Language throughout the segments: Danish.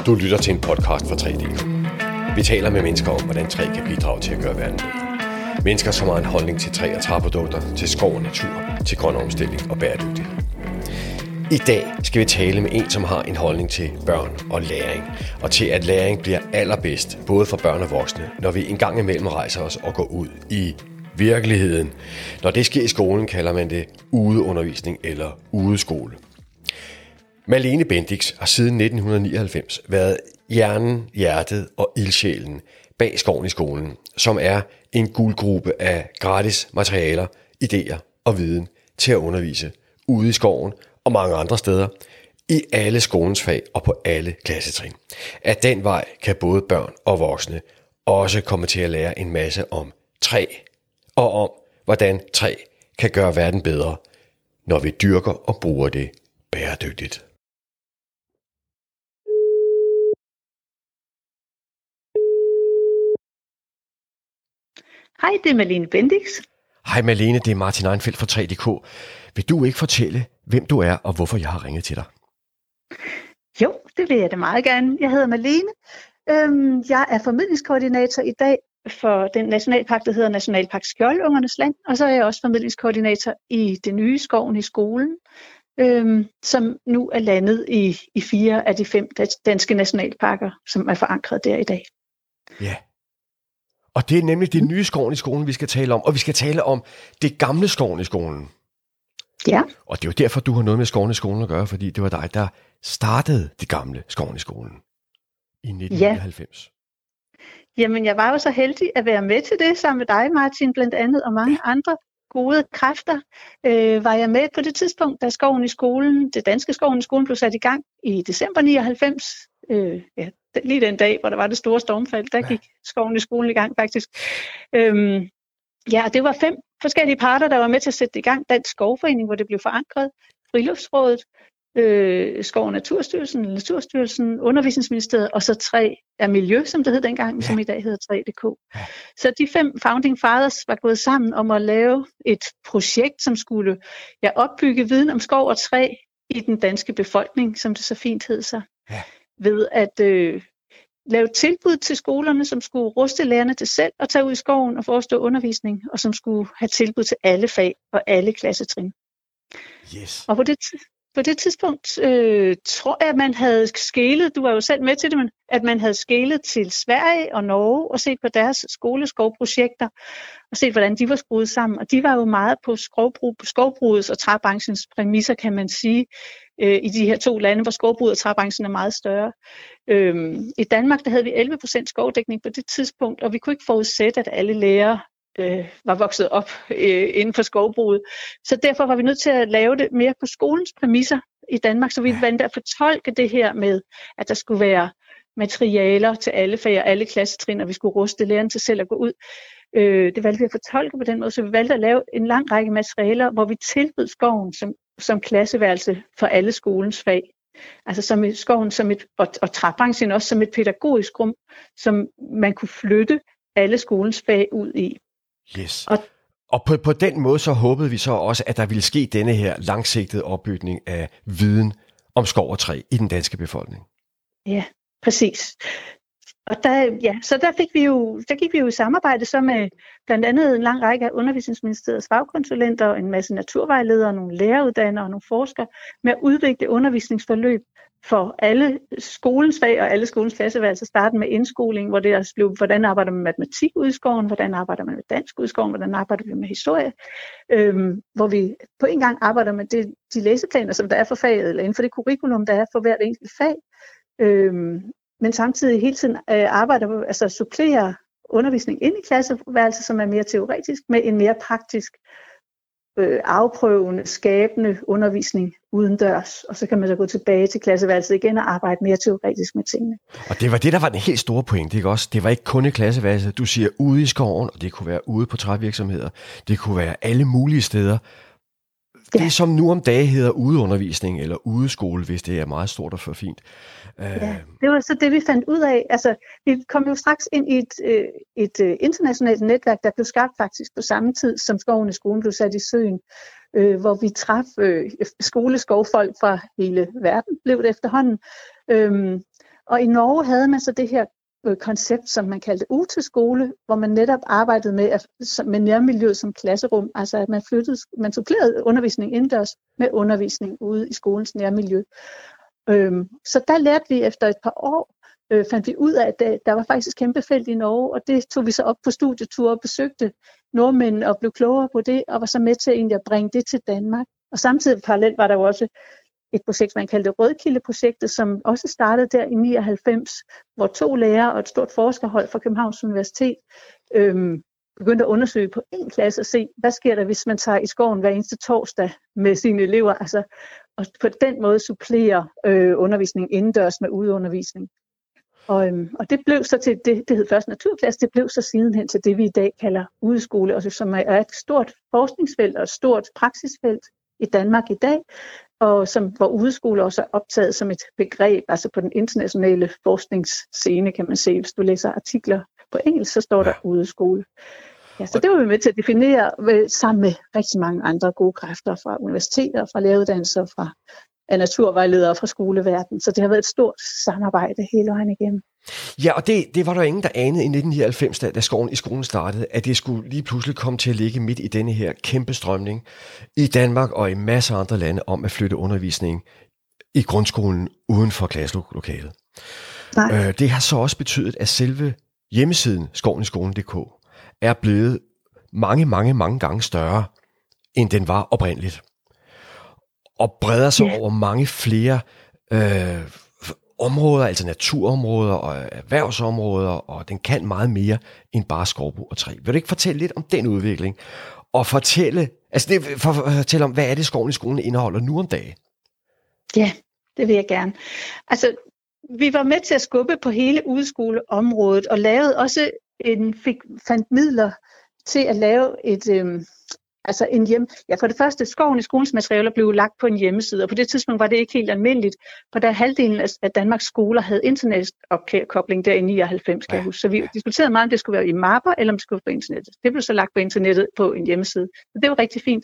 Du lytter til en podcast fra 3D. Vi taler med mennesker om, hvordan træ kan bidrage til at gøre verden bedre. Mennesker, som har en holdning til træ og træprodukter, til skov og natur, til grøn omstilling og bæredygtighed. I dag skal vi tale med en, som har en holdning til børn og læring, og til at læring bliver allerbedst, både for børn og voksne, når vi en gang imellem rejser os og går ud i virkeligheden. Når det sker i skolen, kalder man det udeundervisning eller udeskole. Malene Bendix har siden 1999 været hjernen, hjertet og ildsjælen bag Skoven i skolen, som er en guldgruppe af gratis materialer, idéer og viden til at undervise ude i skoven og mange andre steder, i alle skolens fag og på alle klassetrin. Ad den vej kan både børn og voksne også komme til at lære en masse om træ, og om hvordan træ kan gøre verden bedre, når vi dyrker og bruger det bæredygtigt. Hej, det er Malene Bendix. Hej Malene, det er Martin Einfeldt fra 3DK. Vil du ikke fortælle, hvem du er og hvorfor jeg har ringet til dig? Jo, det vil jeg da meget gerne. Jeg hedder Malene. Jeg er formidlingskoordinator i dag for den nationalpark, der hedder Nationalpark Skjoldungernes Land. Og så er jeg også formidlingskoordinator i det nye Skoven i skolen, som nu er landet i 4 af de 5 danske nationalparker, som er forankret der i dag. Ja. Og det er nemlig det nye Skoven i skolen, vi skal tale om. Og vi skal tale om det gamle Skoven i skolen. Ja. Og det er jo derfor, du har noget med Skoven i skolen at gøre, fordi det var dig, der startede det gamle Skoven i skolen i 1999. Ja. Jamen, jeg var jo så heldig at være med til det sammen med dig, Martin, blandt andet, og mange andre gode kræfter. Var jeg med på det tidspunkt, da Skoven i skolen, det danske Skoven i skolen, blev sat i gang i december 99. Lige den dag, hvor der var det store stormfald, der gik Skoven i skolen i gang faktisk. Det var 5 forskellige parter, der var med til at sætte det i gang. Dansk Skovforening, hvor det blev forankret, Friluftsrådet, Skov- og Naturstyrelsen, Undervisningsministeriet, og så 3 af Miljø, som det hed dengang, som i dag hedder 3DK. Så de 5 founding fathers var gået sammen om at lave et projekt, som skulle opbygge viden om skov og træ i den danske befolkning, som det så fint hed sig. Ja. Ved at lave tilbud til skolerne, som skulle ruste lærerne til selv at tage ud i skoven og forestå undervisning, og som skulle have tilbud til alle fag og alle klassetrin. Yes. Og på det tidspunkt tror jeg, at man havde skelet, du var jo selv med til det, men at man havde skelet til Sverige og Norge og set på deres skoleskovprojekter og set, hvordan de var skruet sammen. Og de var jo meget på skovbrugets og træbranchens præmisser, kan man sige, i de her 2 lande, hvor skovbruget og træbranchen er meget større. I Danmark der havde vi 11% skovdækning på det tidspunkt, og vi kunne ikke forudsætte, at alle lærere var vokset op inden for skovbruget. Så derfor var vi nødt til at lave det mere på skolens præmisser i Danmark, så vi valgte at fortolke det her med, at der skulle være materialer til alle fag og alle klassetrin, og vi skulle ruste lærerne til selv at gå ud. Det valgte vi at fortolke på den måde, så vi valgte at lave en lang række materialer, hvor vi tilbød skoven som klasseværelse for alle skolens fag. Altså som skoven og træbranchen også som et pædagogisk rum, som man kunne flytte alle skolens fag ud i. Yes. Og på den måde så håbede vi så også, at der ville ske denne her langsigtede opbygning af viden om skov og træ i den danske befolkning. Ja, præcis. Og der gik vi jo i samarbejde så med blandt andet en lang række af Undervisningsministeriets fagkonsulenter og en masse naturvejledere, nogle læreruddannere og nogle forskere med at udvikle undervisningsforløb for alle skolens fag og alle skolens klasseværelser. Starten med indskoling, hvor det blev, hvordan arbejder man med matematik ude i skoven, hvordan arbejder man med dansk ude i skoven, hvordan arbejder vi med historie, hvor vi på en gang arbejder med de læseplaner, som der er for faget, eller inden for det curriculum, der er for hvert enkelt fag. Men samtidig hele tiden arbejder, altså supplerer undervisning ind i klasseværelset, som er mere teoretisk, med en mere praktisk, afprøvende, skabende undervisning udendørs. Og så kan man så gå tilbage til klasseværelset igen og arbejde mere teoretisk med tingene. Og det var det, der var den helt store pointe, ikke også? Det var ikke kun i klasseværelset. Du siger ude i skoven, og det kunne være ude på trævirksomheder. Det kunne være alle mulige steder. Ja. Det som nu om dage hedder udeundervisning eller udeskole, hvis det er meget stort og for fint. Ja, det var så det, vi fandt ud af. Altså, vi kom jo straks ind i et internationalt netværk, der blev skabt faktisk på samme tid, som Skoven i skolen blev sat i søen, hvor vi traf skoleskovfolk fra hele verden, blev det efterhånden. Og i Norge havde man så det her koncept, som man kaldte uteskole, hvor man netop arbejdede med nærmiljøet som klasserum, altså at man supplerede undervisning indendørs med undervisning ude i skolens nærmiljø. Så der lærte vi efter et par år, fandt vi ud af, at der var faktisk kæmpe felt i Norge, og det tog vi så op på studietur og besøgte nordmændene og blev klogere på det, og var så med til egentlig at bringe det til Danmark. Og samtidig parallelt var der jo også et projekt, man kaldte Rødkildeprojektet, som også startede der i 99, hvor 2 lærere og et stort forskerhold fra Københavns Universitet begyndte at undersøge på en klasse og se, hvad sker der, hvis man tager i skoven hver eneste torsdag med sine elever, altså, og på den måde supplere undervisning indendørs med udeundervisning. Og det blev så til, det hed først naturklasse, det blev så sidenhen til det, vi i dag kalder udeskole, og som er et stort forskningsfelt og et stort praksisfelt i Danmark i dag, og hvor udeskole også er optaget som et begreb, altså på den internationale forskningsscene, kan man se. Hvis du læser artikler på engelsk, så står der udeskole. Ja, så det var vi med til at definere sammen med rigtig mange andre gode kræfter fra universiteter, fra læreruddannelser, fra naturvejledere fra skoleverdenen. Så det har været et stort samarbejde hele vejen igennem. Ja, og det var der ingen, der anede i 1999, da skoven i skolen startede, at det skulle lige pludselig komme til at ligge midt i denne her kæmpe strømning i Danmark og i masser af andre lande om at flytte undervisning i grundskolen uden for klasselokalet. Det har så også betydet, at selve hjemmesiden skoveniskolen.dk er blevet mange gange større, end den var oprindeligt. Og breder sig over mange flere områder, altså naturområder og erhvervsområder, og den kan meget mere end bare skovbrug og træ. Vil du ikke fortælle lidt om den udvikling? Og fortælle om, hvad er det skoven i skolen indeholder nu om dagen? Ja, det vil jeg gerne. Altså, vi var med til at skubbe på hele udeskoleområdet, og lavede også fandt midler til at lave for det første, skoven i skolens materialer blev lagt på en hjemmeside, og på det tidspunkt var det ikke helt almindeligt, for der halvdelen af Danmarks skoler havde internetopkobling der i 99, kan jeg huske. Så vi diskuterede meget, om det skulle være i mapper, eller om det skulle være på internettet. Det blev så lagt på internettet på en hjemmeside, så det var rigtig fint.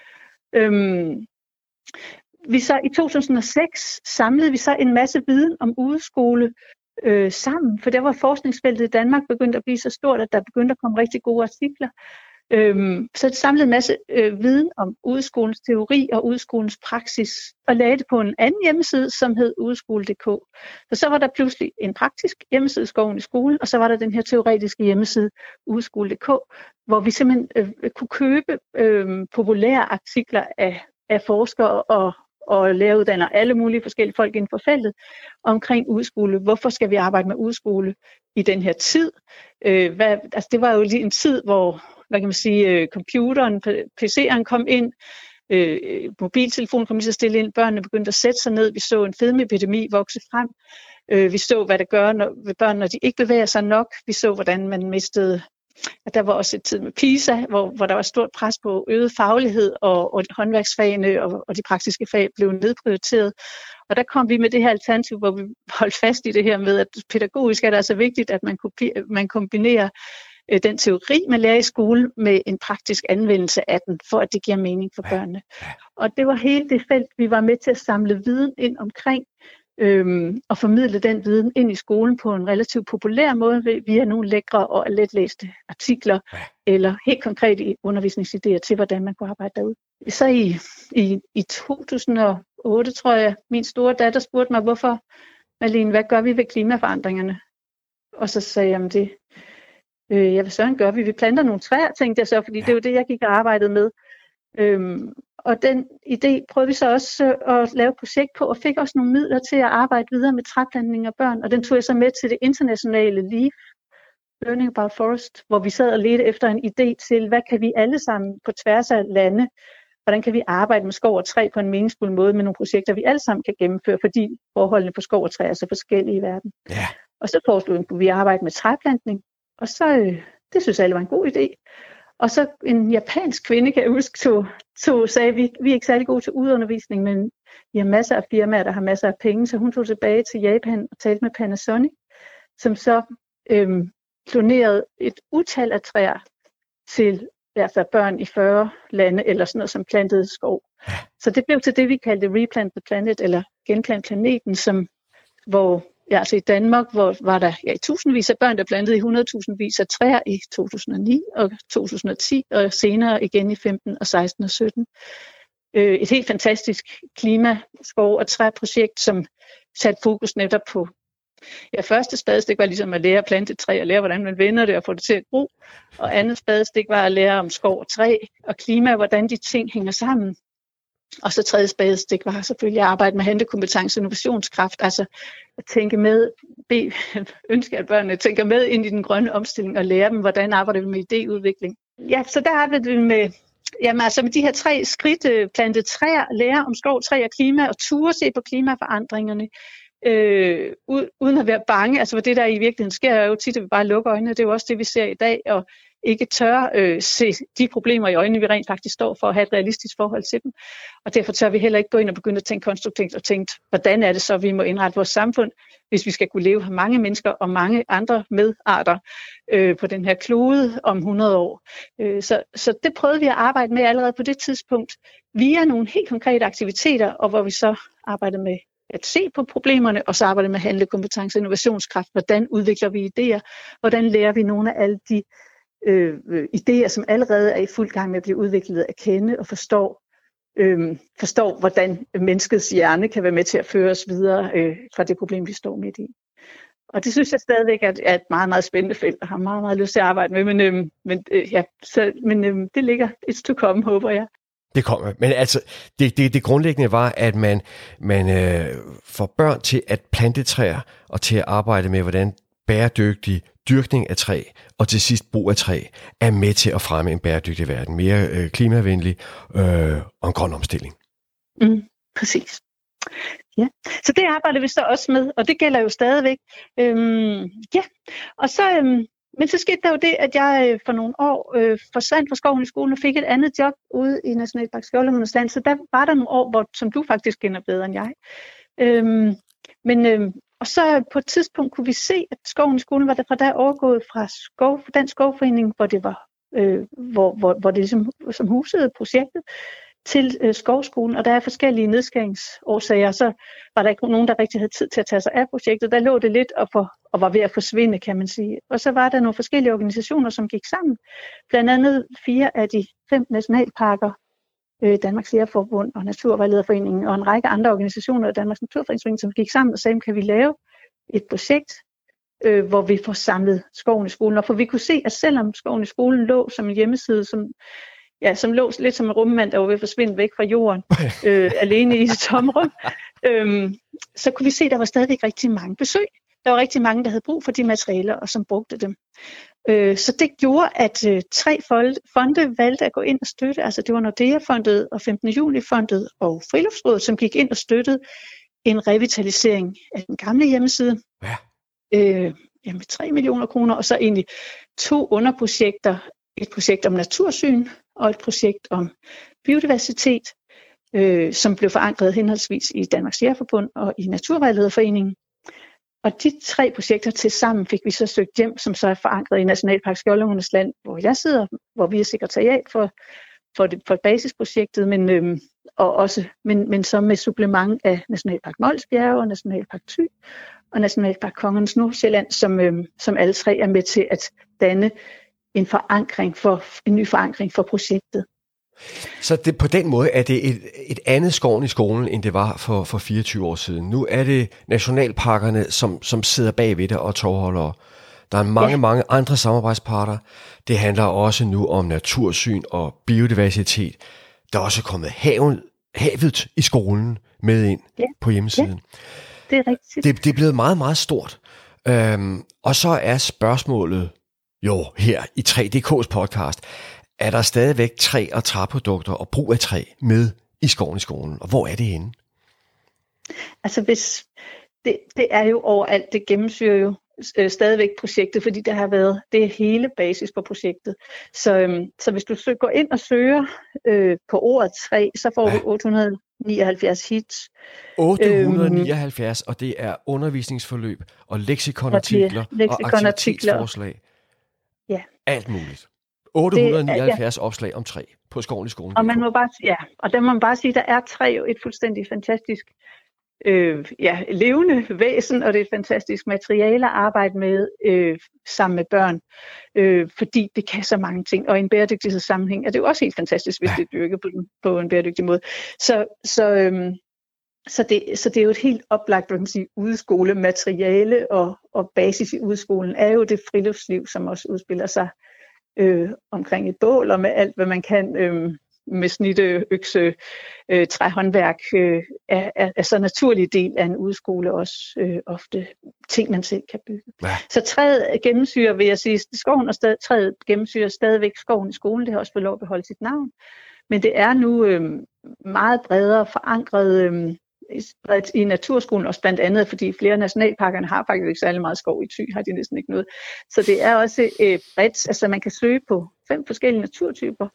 Vi så i 2006 samlede vi så en masse viden om udeskole sammen, for der var forskningsfeltet i Danmark begyndt at blive så stort, at der begyndte at komme rigtig gode artikler. Så det samlede en masse viden om udeskolens teori og udeskolens praksis, og lagde det på en anden hjemmeside, som hed udeskole.dk. Så var der pludselig en praktisk hjemmeside, Skoven i skolen, og så var der den her teoretiske hjemmeside, udeskole.dk, hvor vi simpelthen kunne købe populære artikler af forskere og læreruddannere, alle mulige forskellige folk inden for feltet, omkring udeskole. Hvorfor skal vi arbejde med udeskole i den her tid? Det var jo lige en tid, hvor computeren, PC'eren kom ind, mobiltelefonen kom lige så stille ind, børnene begyndte at sætte sig ned, vi så en fedmeepidemi vokse frem, vi så, hvad det gør ved børn, når de ikke bevæger sig nok, vi så, hvordan man mistede, at der var også et tid med PISA, hvor der var stort pres på øget faglighed, og håndværksfagene og de praktiske fag blev nedprioriteret. Og der kom vi med det her alternativ, hvor vi holdt fast i det her med, at pædagogisk er det altså vigtigt, at man kombinerer den teori, man lærer i skole, med en praktisk anvendelse af den, for at det giver mening for børnene. Og det var hele det felt, vi var med til at samle viden ind omkring, og formidle den viden ind i skolen på en relativt populær måde, via nogle lækre og letlæste artikler, eller helt konkrete undervisningsidéer til, hvordan man kunne arbejde derude. Så i 2008, tror jeg, min store datter spurgte mig, hvorfor, Malene, hvad gør vi ved klimaforandringerne? Og så sagde jeg, det hvad søren gør vi? Vi planter nogle træer, tænkte jeg så, fordi det er jo det, jeg gik og arbejdede med. Og den idé prøvede vi så også at lave et projekt på, og fik også nogle midler til at arbejde videre med træplantning af børn. Og den tog jeg så med til det internationale LEAF, Learning About Forest, hvor vi sad og ledte efter en idé til, hvad kan vi alle sammen på tværs af lande, hvordan kan vi arbejde med skov og træ på en meningsfuld måde med nogle projekter, vi alle sammen kan gennemføre, fordi forholdene på skov og træ er så forskellige i verden. Ja. Og så foreslog vi arbejde med træplantning, og så, det synes alle var en god idé. Og så en japansk kvinde, kan jeg huske, sagde, vi er ikke særlig gode til udundervisning, men vi har masser af firmaer, der har masser af penge, så hun tog tilbage til Japan og talte med Panasonic, som så klonerede et utal af træer til i hvert fald børn i 40 lande, eller sådan noget, som plantede skov. Så det blev til det, vi kaldte Replant the Planet, eller Genplant planeten, hvor Ja, altså i Danmark, hvor var der i tusindvis af børn, der plantede i 100.000 af træer i 2009 og 2010, og senere igen i 15 og 16 og 17. Et helt fantastisk klimaskov- og træprojekt, som satte fokus netop på, første spadestik var ligesom at lære at plante et træ, og lære, hvordan man vender det og få det til at gro. Og andet spadestik var at lære om skov og træ og klima, hvordan de ting hænger sammen. Og så tredje spadestik var selvfølgelig at arbejde med handlekompetence og innovationskraft, altså at tænke med, ønske at børnene tænker med ind i den grønne omstilling og lære dem, hvordan arbejder vi med idéudvikling. Ja, så der arbejdede vi med, med de her 3 skridt, plante træer, lære om skov, træ og klima, og ture se på klimaforandringerne, uden at være bange. Altså det der i virkeligheden sker er jo tit, at vi bare lukker øjnene. Det er jo også det, vi ser i dag, og ikke tør se de problemer i øjnene, vi rent faktisk står for, at have et realistisk forhold til dem. Og derfor tør vi heller ikke gå ind og begynde at tænke konstruktivt og tænke, hvordan er det så, vi må indrette vores samfund, hvis vi skal kunne leve her mange mennesker og mange andre medarter på den her klode om 100 år. Så det prøvede vi at arbejde med allerede på det tidspunkt, via nogle helt konkrete aktiviteter, og hvor vi så arbejdede med at se på problemerne, og så arbejde med handlekompetence og innovationskraft. Hvordan udvikler vi idéer? Hvordan lærer vi nogle af alle de idéer, som allerede er i fuld gang med at blive udviklet, at kende og forstår, hvordan menneskets hjerne kan være med til at føre os videre fra det problem, vi står midt i. Og det synes jeg stadigvæk er et meget, meget spændende felt, og har meget, meget lyst til at arbejde med, men det ligger it's to come, håber jeg. Det kommer. Men altså, det grundlæggende var, at man får børn til at plante træer, og til at arbejde med, hvordan bæredygtig dyrkning af træ, og til sidst brug af træ, er med til at fremme en bæredygtig verden, mere klimavenlig og en grøn omstilling. Præcis. Ja, så det arbejder vi så også med, og det gælder jo stadigvæk. Og så... Men så skete der jo det, at jeg for nogle år forsvandt fra Skoven i skolen og fik et andet job ude i Nationalpark Skjoldungernes Land. Så der var der nogle år, som du faktisk kender bedre end jeg. Og så på et tidspunkt kunne vi se, at Skoven i skolen var der overgået fra Dansk Skovforening, hvor det var, hvor det ligesom som husede projektet, til Skovskolen, og der er forskellige nedskæringsårsager, så var der ikke nogen, der rigtig havde tid til at tage sig af projektet. Der lå det lidt og var ved at forsvinde, kan man sige. Og så var der nogle forskellige organisationer, som gik sammen. Blandt andet 4 af de 5 nationalparker, Danmarks Jægerforbund og Naturvejlederforeningen og en række andre organisationer af Danmarks Naturfredningsforening, som gik sammen og sagde, kan vi lave et projekt, hvor vi får samlet Skoven i skolen. Og for vi kunne se, at selvom Skoven i skolen lå som en hjemmeside, som lå lidt som en rummand, der var ved at forsvinde væk fra jorden, alene i et tomrum, så kunne vi se, at der var stadigvæk rigtig mange besøg. Der var rigtig mange, der havde brug for de materialer, og som brugte dem. Så det gjorde, at 3 fonde valgte at gå ind og støtte. Altså det var Nordea-fondet og 15. juli-fondet og Friluftsrådet, som gik ind og støttede en revitalisering af den gamle hjemmeside. Ja. Med 3 millioner kroner, og så egentlig 2 underprojekter. Et projekt om natursyn og et projekt om biodiversitet, som blev forankret henholdsvis i Danmarks Jægerforbund og i Naturvejlederforeningen. Og de 3 projekter til sammen fik vi så søgt hjem, som så er forankret i Nationalpark Skjoldungernes Land, hvor jeg sidder, hvor vi er sekretariat for basisprojektet, men så med supplement af Nationalpark Mols Bjerge og Nationalpark Thy og Nationalpark Kongernes Nordsjælland, som alle 3 er med til at danne en ny forankring for projektet. Så på den måde er det et andet Skoven i skolen, end det var for 24 år siden. Nu er det nationalparkerne, som sidder bagved det og tovholdere. Der er mange andre samarbejdsparter. Det handler også nu om natursyn og biodiversitet. Der er også kommet havet i skolen med ind på hjemmesiden. Ja, det er rigtigt. Det er blevet meget, meget stort. Og så er spørgsmålet jo her i 3DK's podcast, er der stadigvæk træ- og træprodukter og brug af træ med i Skoven i skolen, og hvor er det henne? Altså det er jo overalt, det gennemsyrer jo stadigvæk projektet, fordi det er hele basis for projektet. Så hvis du går ind og søger på ordet træ, så får du 879 hits. 879, og det er undervisningsforløb og leksikonartikler og aktivitetsforslag. Ja. Alt muligt. 879 opslag om træ på Skoven i skolen. Og der må man bare sige, der er træ jo et fuldstændig fantastisk levende væsen, og det er et fantastisk materiale at arbejde med sammen med børn, fordi det kan så mange ting. Og i en bæredygtighedssammenhæng er det jo også helt fantastisk, hvis det er dyrket på en bæredygtig måde. Så det er jo et helt oplagt, hvad man siger, udskolemateriale, og basis i udskolen er jo det friluftsliv, som også udspiller sig omkring et bål, og med alt, hvad man kan med snitte, økse, træhåndværk, er så naturlig del af en udskole også ofte ting, man selv kan bygge. Ja. Så træet gennemsyrer, vil jeg sige, skoven og træet gennemsyrer stadigvæk skoven i skolen. Det har også fået lov at beholde sit navn. Men det er nu meget bredere forankret i naturskolen, også blandt andet, fordi flere af nationalparkerne har faktisk ikke særlig meget skov. I Thy har de næsten ikke noget. Så det er også bredt, altså man kan søge på 5 forskellige naturtyper,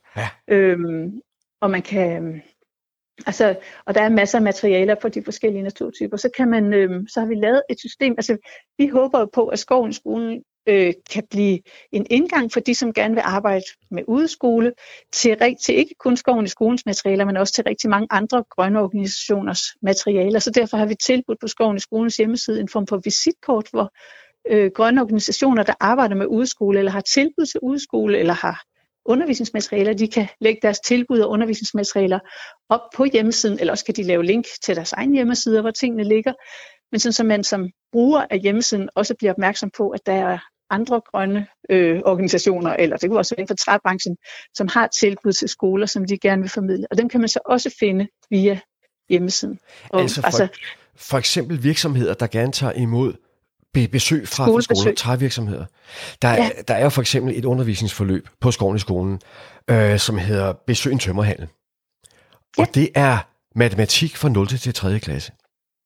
og man kan, og der er masser af materialer på de forskellige naturtyper. Så kan man, så har vi lavet et system, altså vi håber jo på, at skoven i skolen kan blive en indgang for de, som gerne vil arbejde med udeskole, til ikke kun skoven i skolens materialer, men også til rigtig mange andre grønne organisationers materialer. Så derfor har vi tilbudt på skoven i skolens hjemmeside en form for visitkort, hvor grønne organisationer, der arbejder med udeskole, eller har tilbud til udeskole, eller har undervisningsmaterialer, de kan lægge deres tilbud og undervisningsmaterialer op på hjemmesiden, eller også kan de lave link til deres egen hjemmesider, hvor tingene ligger. Men sådan, så man som bruger af hjemmesiden også bliver opmærksom på, at der er andre grønne organisationer, eller det kunne også være inden for træbranchen, som har tilbud til skoler, som de gerne vil formidle. Og dem kan man så også finde via hjemmesiden. Og, for eksempel virksomheder, der gerne tager imod besøg fra skoler, trævirksomheder. Der er jo for eksempel et undervisningsforløb på skoven i skolen, som hedder Besøg en tømmerhandel. Og det er matematik fra 0. til 3. klasse.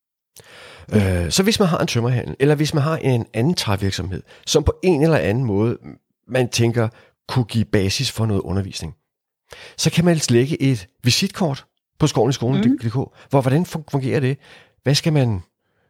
Så hvis man har en tømmerhandel, eller hvis man har en anden trævirksomhed, som på en eller anden måde, man tænker, kunne give basis for noget undervisning, så kan man lægge et visitkort på skoven i skolen.dk. Hvordan fungerer det? Hvad skal man...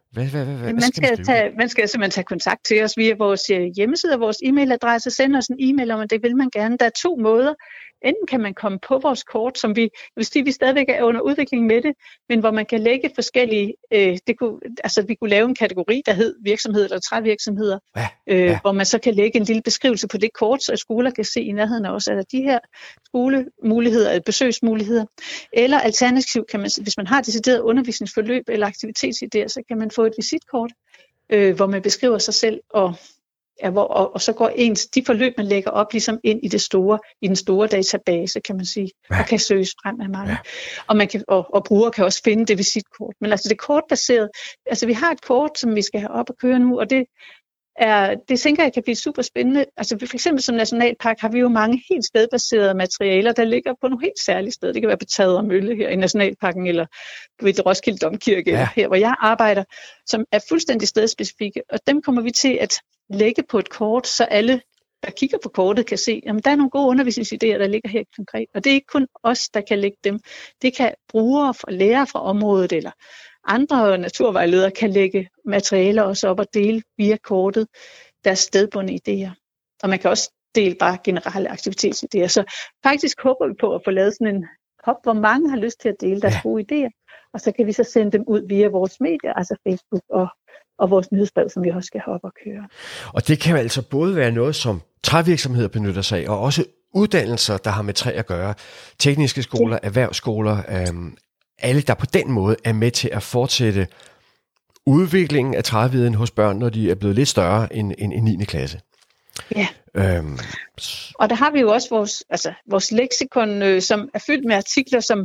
Man skal simpelthen tage kontakt til os via vores hjemmeside og vores e-mailadresse. Sende os en e-mail om, at det vil man gerne. Der er 2 måder. Enten kan man komme på vores kort, som vi stadigvæk er under udvikling med det, men hvor man kan lægge forskellige, vi kunne lave en kategori, der hed virksomheder eller trævirksomheder, hvor man så kan lægge en lille beskrivelse på det kort, så skoler kan se i nærheden af os, at der de her skolemuligheder, besøgsmuligheder. Eller alternativt kan man, hvis man har decideret undervisningsforløb eller aktivitetsidéer, så kan man få et visitkort, hvor man beskriver sig selv og så går de forløb, man lægger op, ligesom ind i den store database, kan man sige, og kan søges frem af mange. Og man kan, og brugere kan også finde det visitkort. Men altså det er kortbaseret. Altså vi har et kort, som vi skal have op at køre nu, og det tænker jeg kan blive super spændende. Altså for eksempel som nationalpark har vi jo mange helt stedbaserede materialer, der ligger på nogle helt særlige steder. Det kan være på Taget og Mølle her i Nationalparken, eller ved Roskilde Domkirke, eller her hvor jeg arbejder, som er fuldstændig stedspecifikke. Og dem kommer vi til at lægge på et kort, så alle, der kigger på kortet, kan se, at der er nogle gode undervisningsidéer, der ligger her konkret. Og det er ikke kun os, der kan lægge dem. Det kan brugere og lærere fra området, eller andre naturvejledere kan lægge materialer også op og dele via kortet deres stedbundne idéer. Og man kan også dele bare generelle aktivitetsidéer. Så faktisk håber vi på at få lavet sådan en hop, hvor mange har lyst til at dele deres gode idéer. Og så kan vi så sende dem ud via vores medier, altså Facebook og vores nyhedsbrev, som vi også skal have op og køre. Og det kan jo altså både være noget, som trævirksomheder benytter sig af, og også uddannelser, der har med træ at gøre. Tekniske skoler, erhvervsskoler, alle, der på den måde er med til at fortsætte udviklingen af træviden hos børn, når de er blevet lidt større end 9. klasse. Ja. Og der har vi jo også vores leksikon, som er fyldt med artikler, som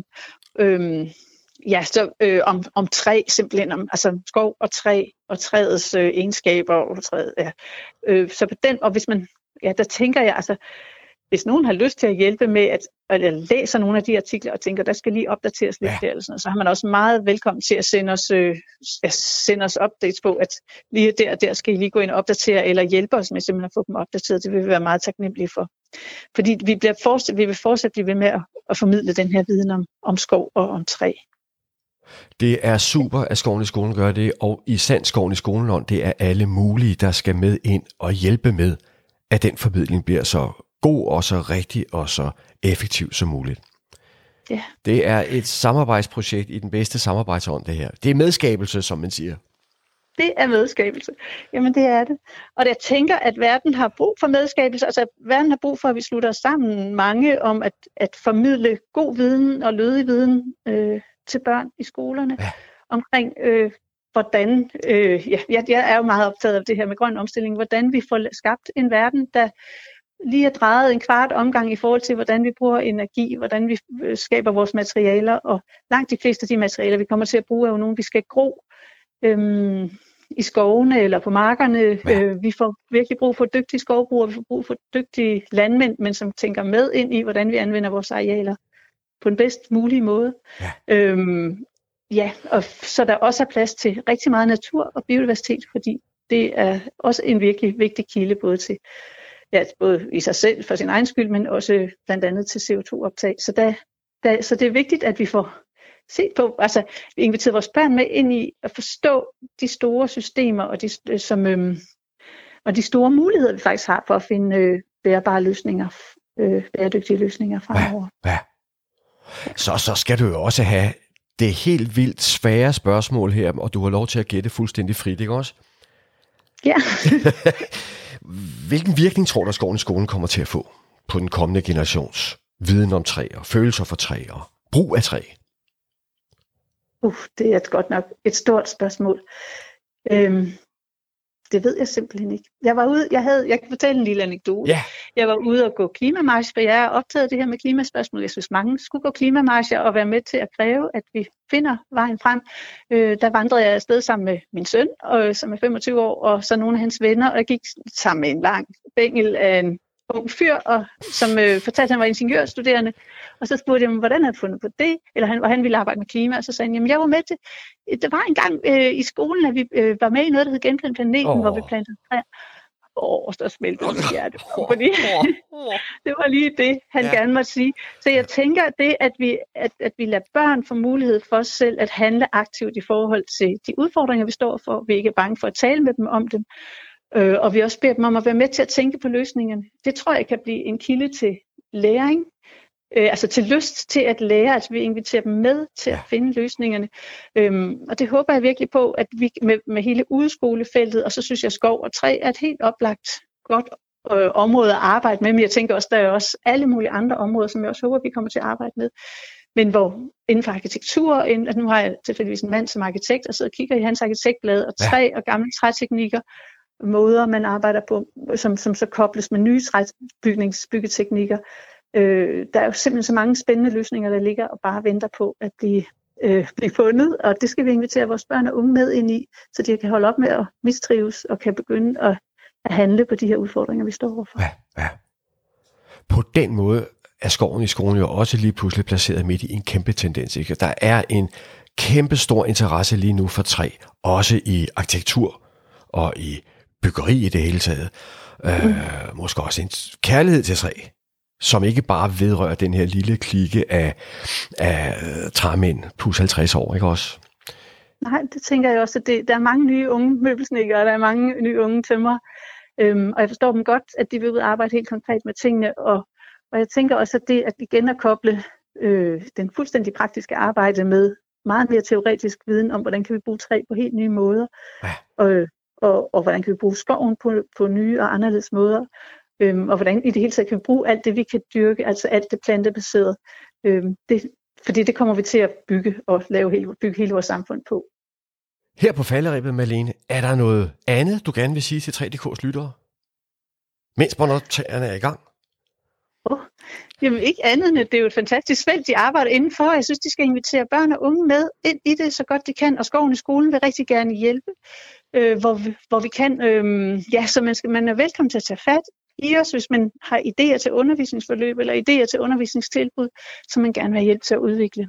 om træ, simpelthen om skov og træ og træets egenskaber og træet. Ja. Så på den, og hvis man, der tænker jeg, hvis nogen har lyst til at hjælpe med at læse nogle af de artikler og tænker, der skal lige opdateres lidt der, eller sådan, så har man også meget velkommen til at sende os updates på, at lige der skal I lige gå ind og opdatere, eller hjælpe os med simpelthen at få dem opdateret. Det vil vi være meget taknemmelige for. Fordi vi vil fortsat blive ved med at formidle den her viden om skov og om træ. Det er super, at Skoven i skolen gør det, og i sand Skoven i skolen, det er alle mulige, der skal med ind og hjælpe med, at den formidling bliver så god og så rigtig og så effektiv som muligt. Ja. Det er et samarbejdsprojekt i den bedste samarbejdsånd, det her. Det er medskabelse, som man siger. Det er medskabelse. Jamen, det er det. Og jeg tænker, at verden har brug for medskabelse. Altså, verden har brug for, at vi slutter os sammen mange om at formidle god viden og lødig viden til børn i skolerne. Ja. Omkring, hvordan... jeg er jo meget optaget af det her med grøn omstilling. Hvordan vi får skabt en verden, der lige er drejet en kvart omgang i forhold til, hvordan vi bruger energi, hvordan vi skaber vores materialer. Og langt de fleste af de materialer, vi kommer til at bruge, er jo nogle, vi skal gro i skovene eller på markerne. Ja. Vi får virkelig brug for dygtige skovbrugere, vi får brug for dygtige landmænd, men som tænker med ind i, hvordan vi anvender vores arealer på den bedst mulige måde. Ja. Og så der også er plads til rigtig meget natur og biodiversitet, fordi det er også en virkelig vigtig kilde både i sig selv for sin egen skyld, men også blandt andet til CO2-optag. Så det er vigtigt, at vi får set på, altså vi inviterer vores børn med ind i at forstå de store systemer og de store muligheder, vi faktisk har for at finde bærbare løsninger, bæredygtige løsninger fremover. Ja. Så skal du jo også have det helt vildt svære spørgsmål her, og du har lov til at gætte fuldstændig frit, ikke også? Ja. Hvilken virkning tror du, at skoven i skolen kommer til at få på den kommende generations viden om træer, følelser for træer, brug af træ? Det er godt nok et stort spørgsmål. Det ved jeg simpelthen ikke. Jeg var ude, jeg kan fortælle en lille anekdote. Yeah. Jeg var ude og gå klimamarch, for jeg er optaget af det her med klimaspørgsmål. Jeg synes, mange skulle gå klimamarcher og være med til at kræve, at vi finder vejen frem. Der vandrede jeg afsted sammen med min søn, som er 25 år, og så nogle af hans venner, og jeg gik sammen med en lang bængel af en ung fyr, som fortalte, at han var ingeniørstuderende. Og så spurgte jeg ham, hvordan han fundet på det, eller han ville arbejde med klima, og så sagde han, jamen jeg var med til, der var en gang i skolen, at vi var med i noget, der hed Genplan Planeten, hvor vi plantede træer. Så smeltede mit hjerte, fordi det var lige det, han gerne måtte sige. Så jeg tænker, at det, at vi lader børn få mulighed for os selv at handle aktivt i forhold til de udfordringer, vi står for, vi ikke er bange for at tale med dem om dem, og vi også beder dem om at være med til at tænke på løsningerne. Det tror jeg kan blive en kilde til læring, altså til lyst til at lære, altså vi inviterer dem med til at finde løsningerne. Og det håber jeg virkelig på, at vi med hele udeskolefeltet, og så synes jeg, skov og træ er et helt oplagt godt område at arbejde med, men jeg tænker også, der er også alle mulige andre områder, som jeg også håber, vi kommer til at arbejde med. Men hvor inden for arkitektur, nu har jeg tilfældigvis en mand som arkitekt, og sidder og kigger i hans arkitektblad, og træ og gamle træteknikker, måder, man arbejder på, som så kobles med nye byggeteknikker. Der er jo simpelthen så mange spændende løsninger, der ligger og bare venter på at blive fundet, og det skal vi invitere vores børn og unge med ind i, så de kan holde op med at mistrives og kan begynde at handle på de her udfordringer, vi står overfor. Ja. På den måde er skoven i skolen jo også lige pludselig placeret midt i en kæmpe tendens. Ikke? Der er en kæmpe stor interesse lige nu for træ, også i arkitektur og i byggeri i det hele taget. Måske også en kærlighed til træ, som ikke bare vedrører den her lille klike af træmænd plus 50 år, ikke også? Nej, det tænker jeg også, at der er mange nye unge møbelsnedkere, og der er mange nye unge tømrere, og jeg forstår dem godt, at de vil ud og arbejde helt konkret med tingene, og jeg tænker også, at det at igen at koble den fuldstændig praktiske arbejde med meget mere teoretisk viden om, hvordan kan vi bruge træ på helt nye måder, og hvordan kan vi bruge skoven på nye og anderledes måder, og hvordan i det hele taget kan vi bruge alt det, vi kan dyrke, altså alt det plantebaserede. Fordi det kommer vi til at bygge hele vores samfund på. Her på falderebet, Malene, er der noget andet, du gerne vil sige til 3DK's lyttere? Mens båndoptagerne er i gang? Jamen ikke andet end, at det er jo et fantastisk felt, de arbejder indenfor. Jeg synes, de skal invitere børn og unge med ind i det, så godt de kan. Og Skoven i skolen vil rigtig gerne hjælpe, hvor vi kan. Så man er velkommen til at tage fat i os, hvis man har idéer til undervisningsforløb eller idéer til undervisningstilbud, som man gerne vil have hjælp til at udvikle.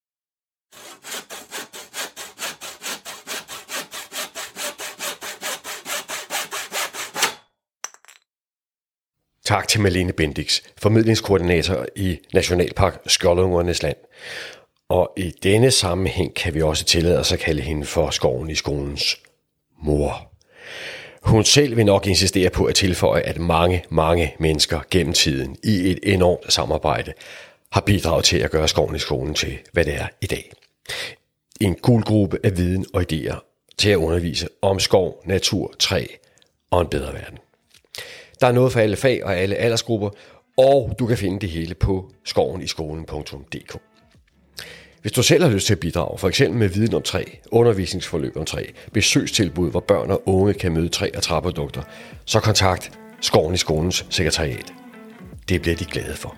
Tak til Malene Bendix, formidlingskoordinator i Nationalpark Skjoldungernes Land. Og i denne sammenhæng kan vi også tillade os at kalde hende for Skoven i skolens mor. Hun selv vil nok insistere på at tilføje, at mange mennesker gennem tiden i et enormt samarbejde har bidraget til at gøre Skoven i skolen til, hvad det er i dag. En guldgruppe af viden og idéer til at undervise om skov, natur, træ og en bedre verden. Der er noget for alle fag og alle aldersgrupper, og du kan finde det hele på skoveniskolen.dk. Hvis du selv har lyst til at bidrage, f.eks. med viden om træ, undervisningsforløb om træ, besøgstilbud, hvor børn og unge kan møde træ og træprodukter, så kontakt Skoven i skolens sekretariat. Det bliver de glade for.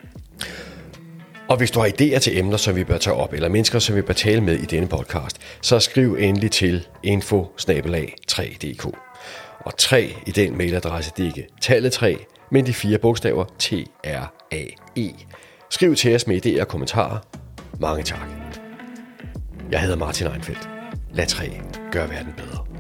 Og hvis du har idéer til emner, som vi bør tage op, eller mennesker, som vi bør tale med i denne podcast, så skriv endelig til info@3.dk. Og 3 i den mailadresse, det er ikke tallet 3, men de 4 bogstaver TRAE. Skriv til os med idéer og kommentarer. Mange tak. Jeg hedder Martin Einfeldt. Lad træ gøre verden bedre.